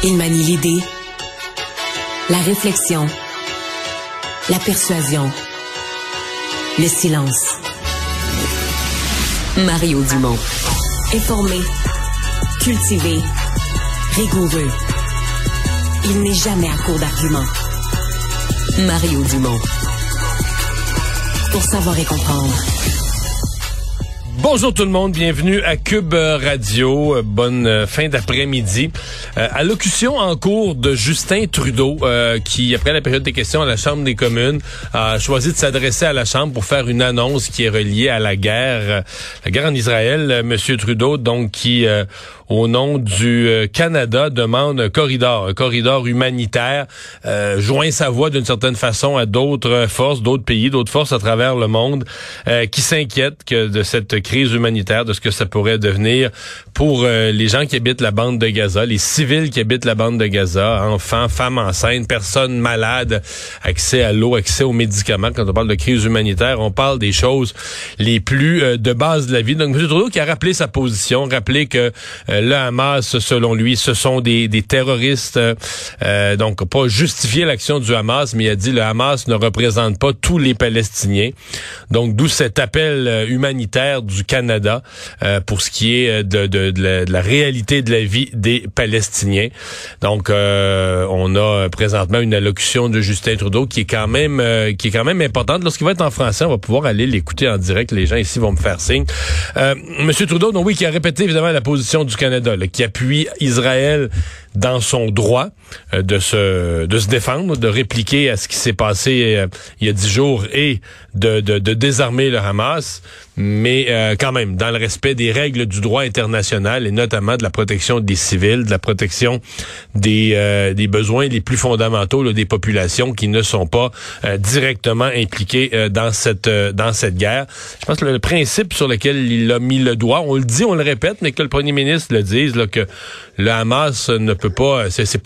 Il manie l'idée, la réflexion, la persuasion, le silence. Mario Dumont. Informé, cultivé, rigoureux. Il n'est jamais à court d'arguments. Mario Dumont. Pour savoir et comprendre. Bonjour tout le monde, bienvenue à Cube Radio. Bonne fin d'après-midi. Allocution en cours de Justin Trudeau, qui, après la période des questions à la Chambre des communes, a choisi de s'adresser à la Chambre pour faire une annonce qui est reliée à la guerre en Israël. Monsieur Trudeau, donc, qui, au nom du Canada, demande un corridor humanitaire, joint sa voix d'une certaine façon à d'autres forces, d'autres pays, d'autres forces à travers le monde, qui s'inquiètent de cette crise humanitaire, de ce que ça pourrait devenir pour les gens qui habitent la bande de Gaza, les civils qui habitent la bande de Gaza, enfants, femmes enceintes, personnes malades, accès à l'eau, accès aux médicaments. Quand on parle de crise humanitaire, on parle des choses les plus de base de la vie. Donc, M. Trudeau qui a rappelé sa position, rappelé que le Hamas, selon lui, ce sont des terroristes, donc pas justifier l'action du Hamas, mais il a dit le Hamas ne représente pas tous les Palestiniens. Donc, d'où cet appel humanitaire du Canada pour ce qui est de la réalité de la vie des Palestiniens. Donc, on a présentement une allocution de Justin Trudeau qui est quand même importante. Lorsqu'il va être en français, on va pouvoir aller l'écouter en direct. Les gens ici vont me faire signe. Monsieur Trudeau, donc oui, qui a répété évidemment la position du Canada, là, qui appuie Israël dans son droit de se défendre, de répliquer à ce qui s'est passé il y a 10 jours et de désarmer le Hamas, mais quand même dans le respect des règles du droit international et notamment de la protection des civils, de la protection des besoins les plus fondamentaux là, des populations qui ne sont pas directement impliquées dans cette guerre. Je pense que le principe sur lequel il a mis le doigt, on le dit, on le répète, mais que le premier ministre le dise, là, que le Hamas ne peut pas,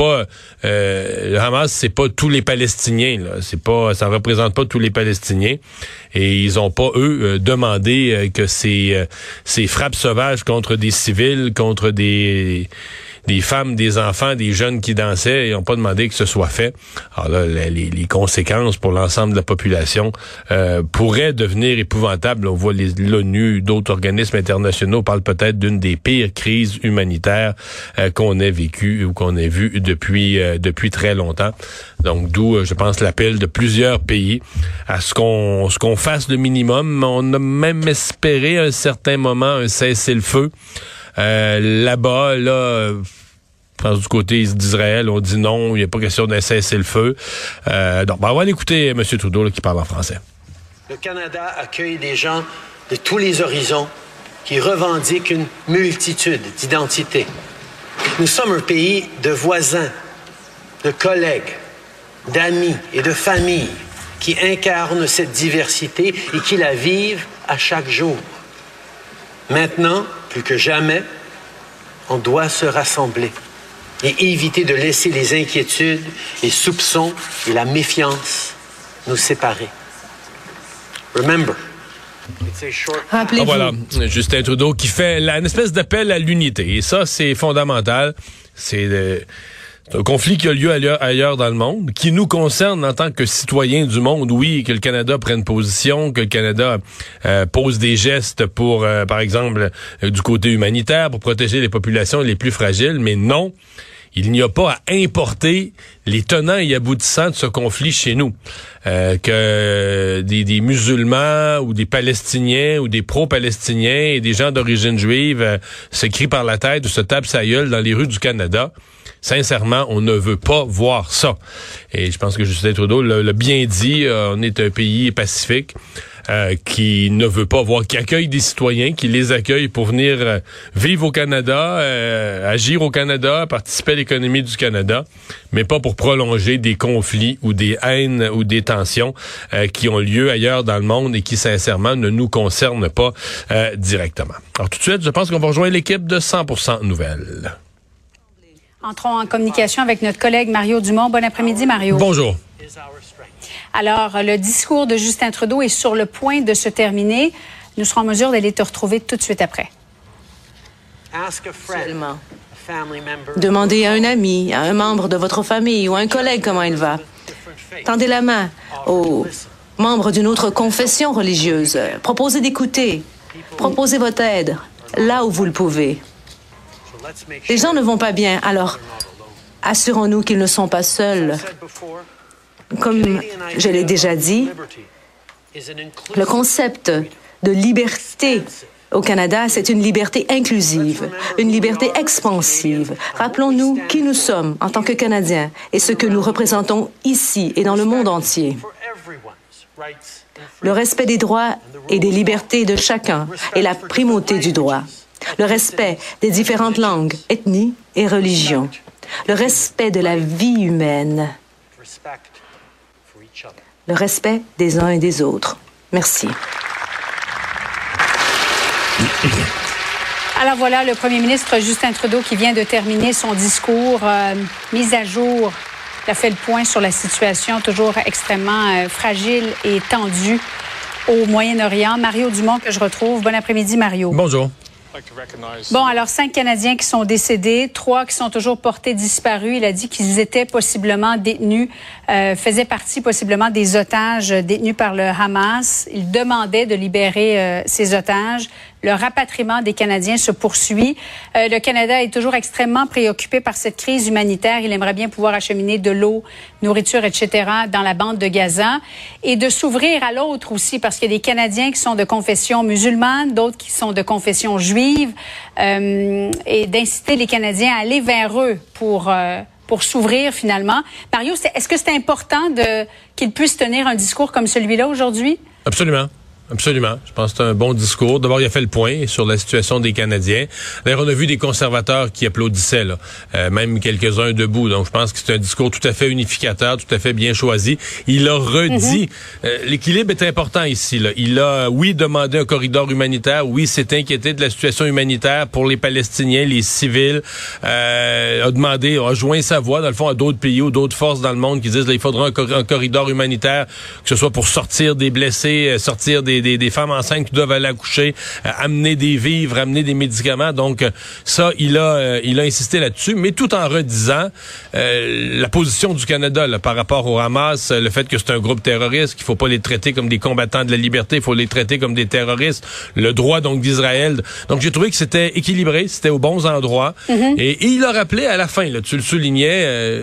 le Hamas, c'est pas tous les Palestiniens, là. Ça représente pas tous les Palestiniens. Et ils ont pas, eux, demandé que ces frappes sauvages contre des civils, contre des femmes, des enfants, des jeunes qui dansaient, ils n'ont pas demandé que ce soit fait. Alors là, les conséquences pour l'ensemble de la population pourraient devenir épouvantables. On voit l'ONU, d'autres organismes internationaux parlent peut-être d'une des pires crises humanitaires qu'on ait vécues ou qu'on ait vues depuis très longtemps. Donc d'où, je pense, l'appel de plusieurs pays à ce qu'on fasse le minimum. On a même espéré à un certain moment un cessez-le-feu. Là-bas, là, je pense du côté d'Israël, on dit non, il n'y a pas question d'un cessez-le-feu. Donc, on va l'écouter, M. Trudeau, là, qui parle en français. Le Canada accueille des gens de tous les horizons qui revendiquent une multitude d'identités. Nous sommes un pays de voisins, de collègues, d'amis et de familles qui incarnent cette diversité et qui la vivent à chaque jour. Maintenant, plus que jamais, on doit se rassembler et éviter de laisser les inquiétudes, les soupçons et la méfiance nous séparer. Remember. Rappelez-vous. Voilà, Justin Trudeau qui fait une espèce d'appel à l'unité. Et ça, c'est fondamental. C'est un conflit qui a lieu ailleurs dans le monde, qui nous concerne en tant que citoyens du monde. Oui, que le Canada prenne position, que le Canada pose des gestes pour, par exemple, du côté humanitaire, pour protéger les populations les plus fragiles, mais non, il n'y a pas à importer les tenants et aboutissants de ce conflit chez nous. Que des musulmans ou des Palestiniens ou des pro-Palestiniens et des gens d'origine juive se crient par la tête ou se tapent sa gueule dans les rues du Canada. Sincèrement, on ne veut pas voir ça. Et je pense que Justin Trudeau l'a bien dit, on est un pays pacifique qui ne veut pas voir, qui accueille des citoyens, qui les accueille pour venir vivre au Canada, agir au Canada, participer à l'économie du Canada, mais pas pour prolonger des conflits ou des haines ou des tensions qui ont lieu ailleurs dans le monde et qui, sincèrement, ne nous concernent pas directement. Alors tout de suite, je pense qu'on va rejoindre l'équipe de 100% Nouvelles. Entrons en communication avec notre collègue Mario Dumont. Bon après-midi, Mario. Bonjour. Alors, le discours de Justin Trudeau est sur le point de se terminer. Nous serons en mesure d'aller te retrouver tout de suite après. Seulement. Demandez à un ami, à un membre de votre famille ou à un collègue comment il va. Tendez la main aux membres d'une autre confession religieuse. Proposez d'écouter. Proposez votre aide là où vous le pouvez. Les gens ne vont pas bien, alors assurons-nous qu'ils ne sont pas seuls. Comme je l'ai déjà dit, le concept de liberté au Canada, c'est une liberté inclusive, une liberté expansive. Rappelons-nous qui nous sommes en tant que Canadiens et ce que nous représentons ici et dans le monde entier. Le respect des droits et des libertés de chacun et la primauté du droit. Le respect des différentes langues, ethnies et religions. Le respect de la vie humaine. Le respect des uns et des autres. Merci. Alors voilà, le premier ministre Justin Trudeau qui vient de terminer son discours mis à jour. Il a fait le point sur la situation toujours extrêmement fragile et tendue au Moyen-Orient. Mario Dumont que je retrouve. Bon après-midi, Mario. Bonjour. Bon, alors 5 Canadiens qui sont décédés, 3 qui sont toujours portés disparus. Il a dit qu'ils étaient possiblement détenus, faisaient partie possiblement des otages détenus par le Hamas. Il demandait de libérer ces otages. Le rapatriement des Canadiens se poursuit. Le Canada est toujours extrêmement préoccupé par cette crise humanitaire. Il aimerait bien pouvoir acheminer de l'eau, nourriture, etc. dans la bande de Gaza et de s'ouvrir à l'autre aussi parce qu'il y a des Canadiens qui sont de confession musulmane, d'autres qui sont de confession juive et d'inciter les Canadiens à aller vers eux pour s'ouvrir finalement. Mario, est-ce que c'est important qu'ils puissent tenir un discours comme celui-là aujourd'hui? Absolument. Absolument. Je pense que c'est un bon discours. D'abord, il a fait le point sur la situation des Canadiens. D'ailleurs, on a vu des conservateurs qui applaudissaient, là, même quelques-uns debout. Donc, je pense que c'est un discours tout à fait unificateur, tout à fait bien choisi. Il a redit, l'équilibre est important ici. Là. Il a, oui, demandé un corridor humanitaire. Oui, s'est inquiété de la situation humanitaire pour les Palestiniens, les civils. A demandé, a joint sa voix, dans le fond, à d'autres pays ou d'autres forces dans le monde qui disent là, il faudra un corridor humanitaire, que ce soit pour sortir des blessés, sortir des femmes enceintes qui doivent aller accoucher, amener des vivres, amener des médicaments. Donc, ça, il a insisté là-dessus, mais tout en redisant la position du Canada là, par rapport au Hamas, le fait que c'est un groupe terroriste, qu'il faut pas les traiter comme des combattants de la liberté, il faut les traiter comme des terroristes, le droit donc d'Israël. Donc, j'ai trouvé que c'était équilibré, c'était aux bons endroits. Et il a rappelé à la fin, là, tu le soulignais...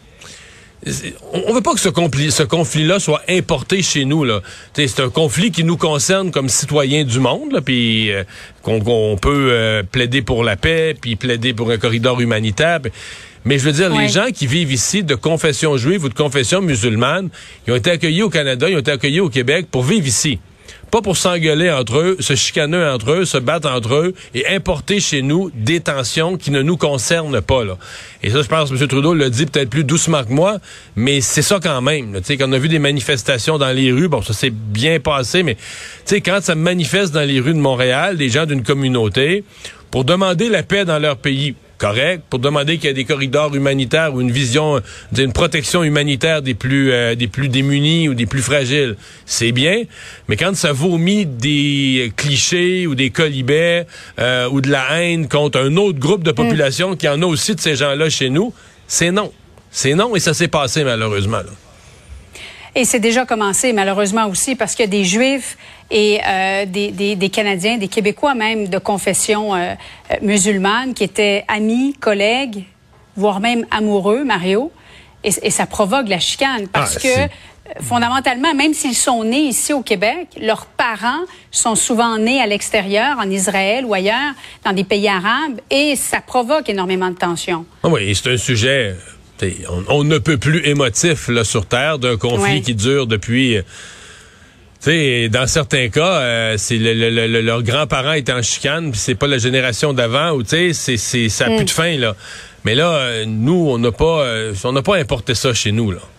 on veut pas que ce conflit-là soit importé chez nous, là. T'sais, c'est un conflit qui nous concerne comme citoyens du monde, là, puis qu'on peut plaider pour la paix, puis plaider pour un corridor humanitaire. Mais je veux dire, les gens qui vivent ici de confession juive ou de confession musulmane, ils ont été accueillis au Canada, ils ont été accueillis au Québec pour vivre ici. Pas pour s'engueuler entre eux, se chicaner entre eux, se battre entre eux et importer chez nous des tensions qui ne nous concernent pas, là. Et ça, je pense que M. Trudeau l'a dit peut-être plus doucement que moi, mais c'est ça quand même. Tu sais, quand on a vu des manifestations dans les rues, bon, ça s'est bien passé, mais tu sais, quand ça manifeste dans les rues de Montréal, des gens d'une communauté, pour demander la paix dans leur pays, correct, pour demander qu'il y ait des corridors humanitaires ou une vision d'une protection humanitaire des plus démunis ou des plus fragiles, c'est bien, mais quand ça vomit des clichés ou des colibets ou de la haine contre un autre groupe de population qui en a aussi de ces gens-là chez nous, c'est non. C'est non et ça s'est passé malheureusement, là. Et c'est déjà commencé, malheureusement aussi, parce qu'il y a des Juifs et des Canadiens, des Québécois même de confession musulmane qui étaient amis, collègues, voire même amoureux, Mario. Et ça provoque la chicane parce que, fondamentalement, même s'ils sont nés ici au Québec, leurs parents sont souvent nés à l'extérieur, en Israël ou ailleurs, dans des pays arabes, et ça provoque énormément de tensions. Oui, c'est un sujet... On ne peut plus émotif là, sur Terre d'un conflit qui dure depuis... dans certains cas, c'est leurs grands-parents étaient en chicane, puis c'est pas la génération d'avant, ou ça a plus de fin, là. Mais là, nous, on n'a pas importé ça chez nous, là.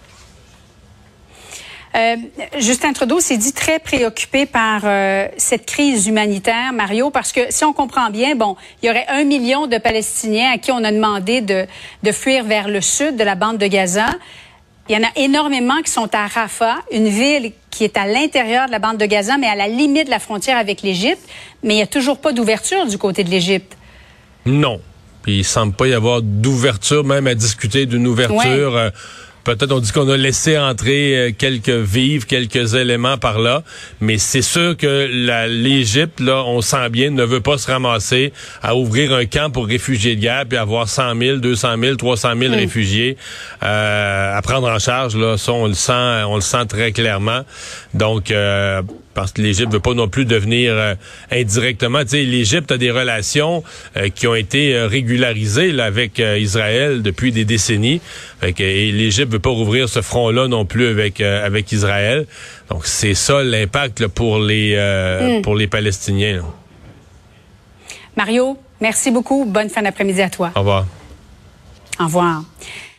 Justin Trudeau s'est dit très préoccupé par cette crise humanitaire, Mario, parce que si on comprend bien, bon, il y aurait 1 million de Palestiniens à qui on a demandé de fuir vers le sud de la bande de Gaza. Il y en a énormément qui sont à Rafah, une ville qui est à l'intérieur de la bande de Gaza, mais à la limite de la frontière avec l'Égypte. Mais il n'y a toujours pas d'ouverture du côté de l'Égypte. Non. Puis il semble pas y avoir d'ouverture, même à discuter d'une ouverture. Ouais. Peut-être on dit qu'on a laissé entrer quelques vivres, quelques éléments par là, mais c'est sûr que l'Égypte, là, on sent bien, ne veut pas se ramasser à ouvrir un camp pour réfugiés de guerre, puis avoir 100 000, 200 000, 300 000 réfugiés à prendre en charge. Là, ça, on le sent très clairement. Donc, parce que l'Égypte veut pas non plus devenir indirectement. Tu sais, l'Égypte a des relations qui ont été régularisées là, avec Israël depuis des décennies. Et l'Égypte veut pas rouvrir ce front-là non plus avec Israël. Donc c'est ça l'impact là, pour les Palestiniens. Là. Mario, merci beaucoup. Bonne fin d'après-midi à toi. Au revoir. Au revoir.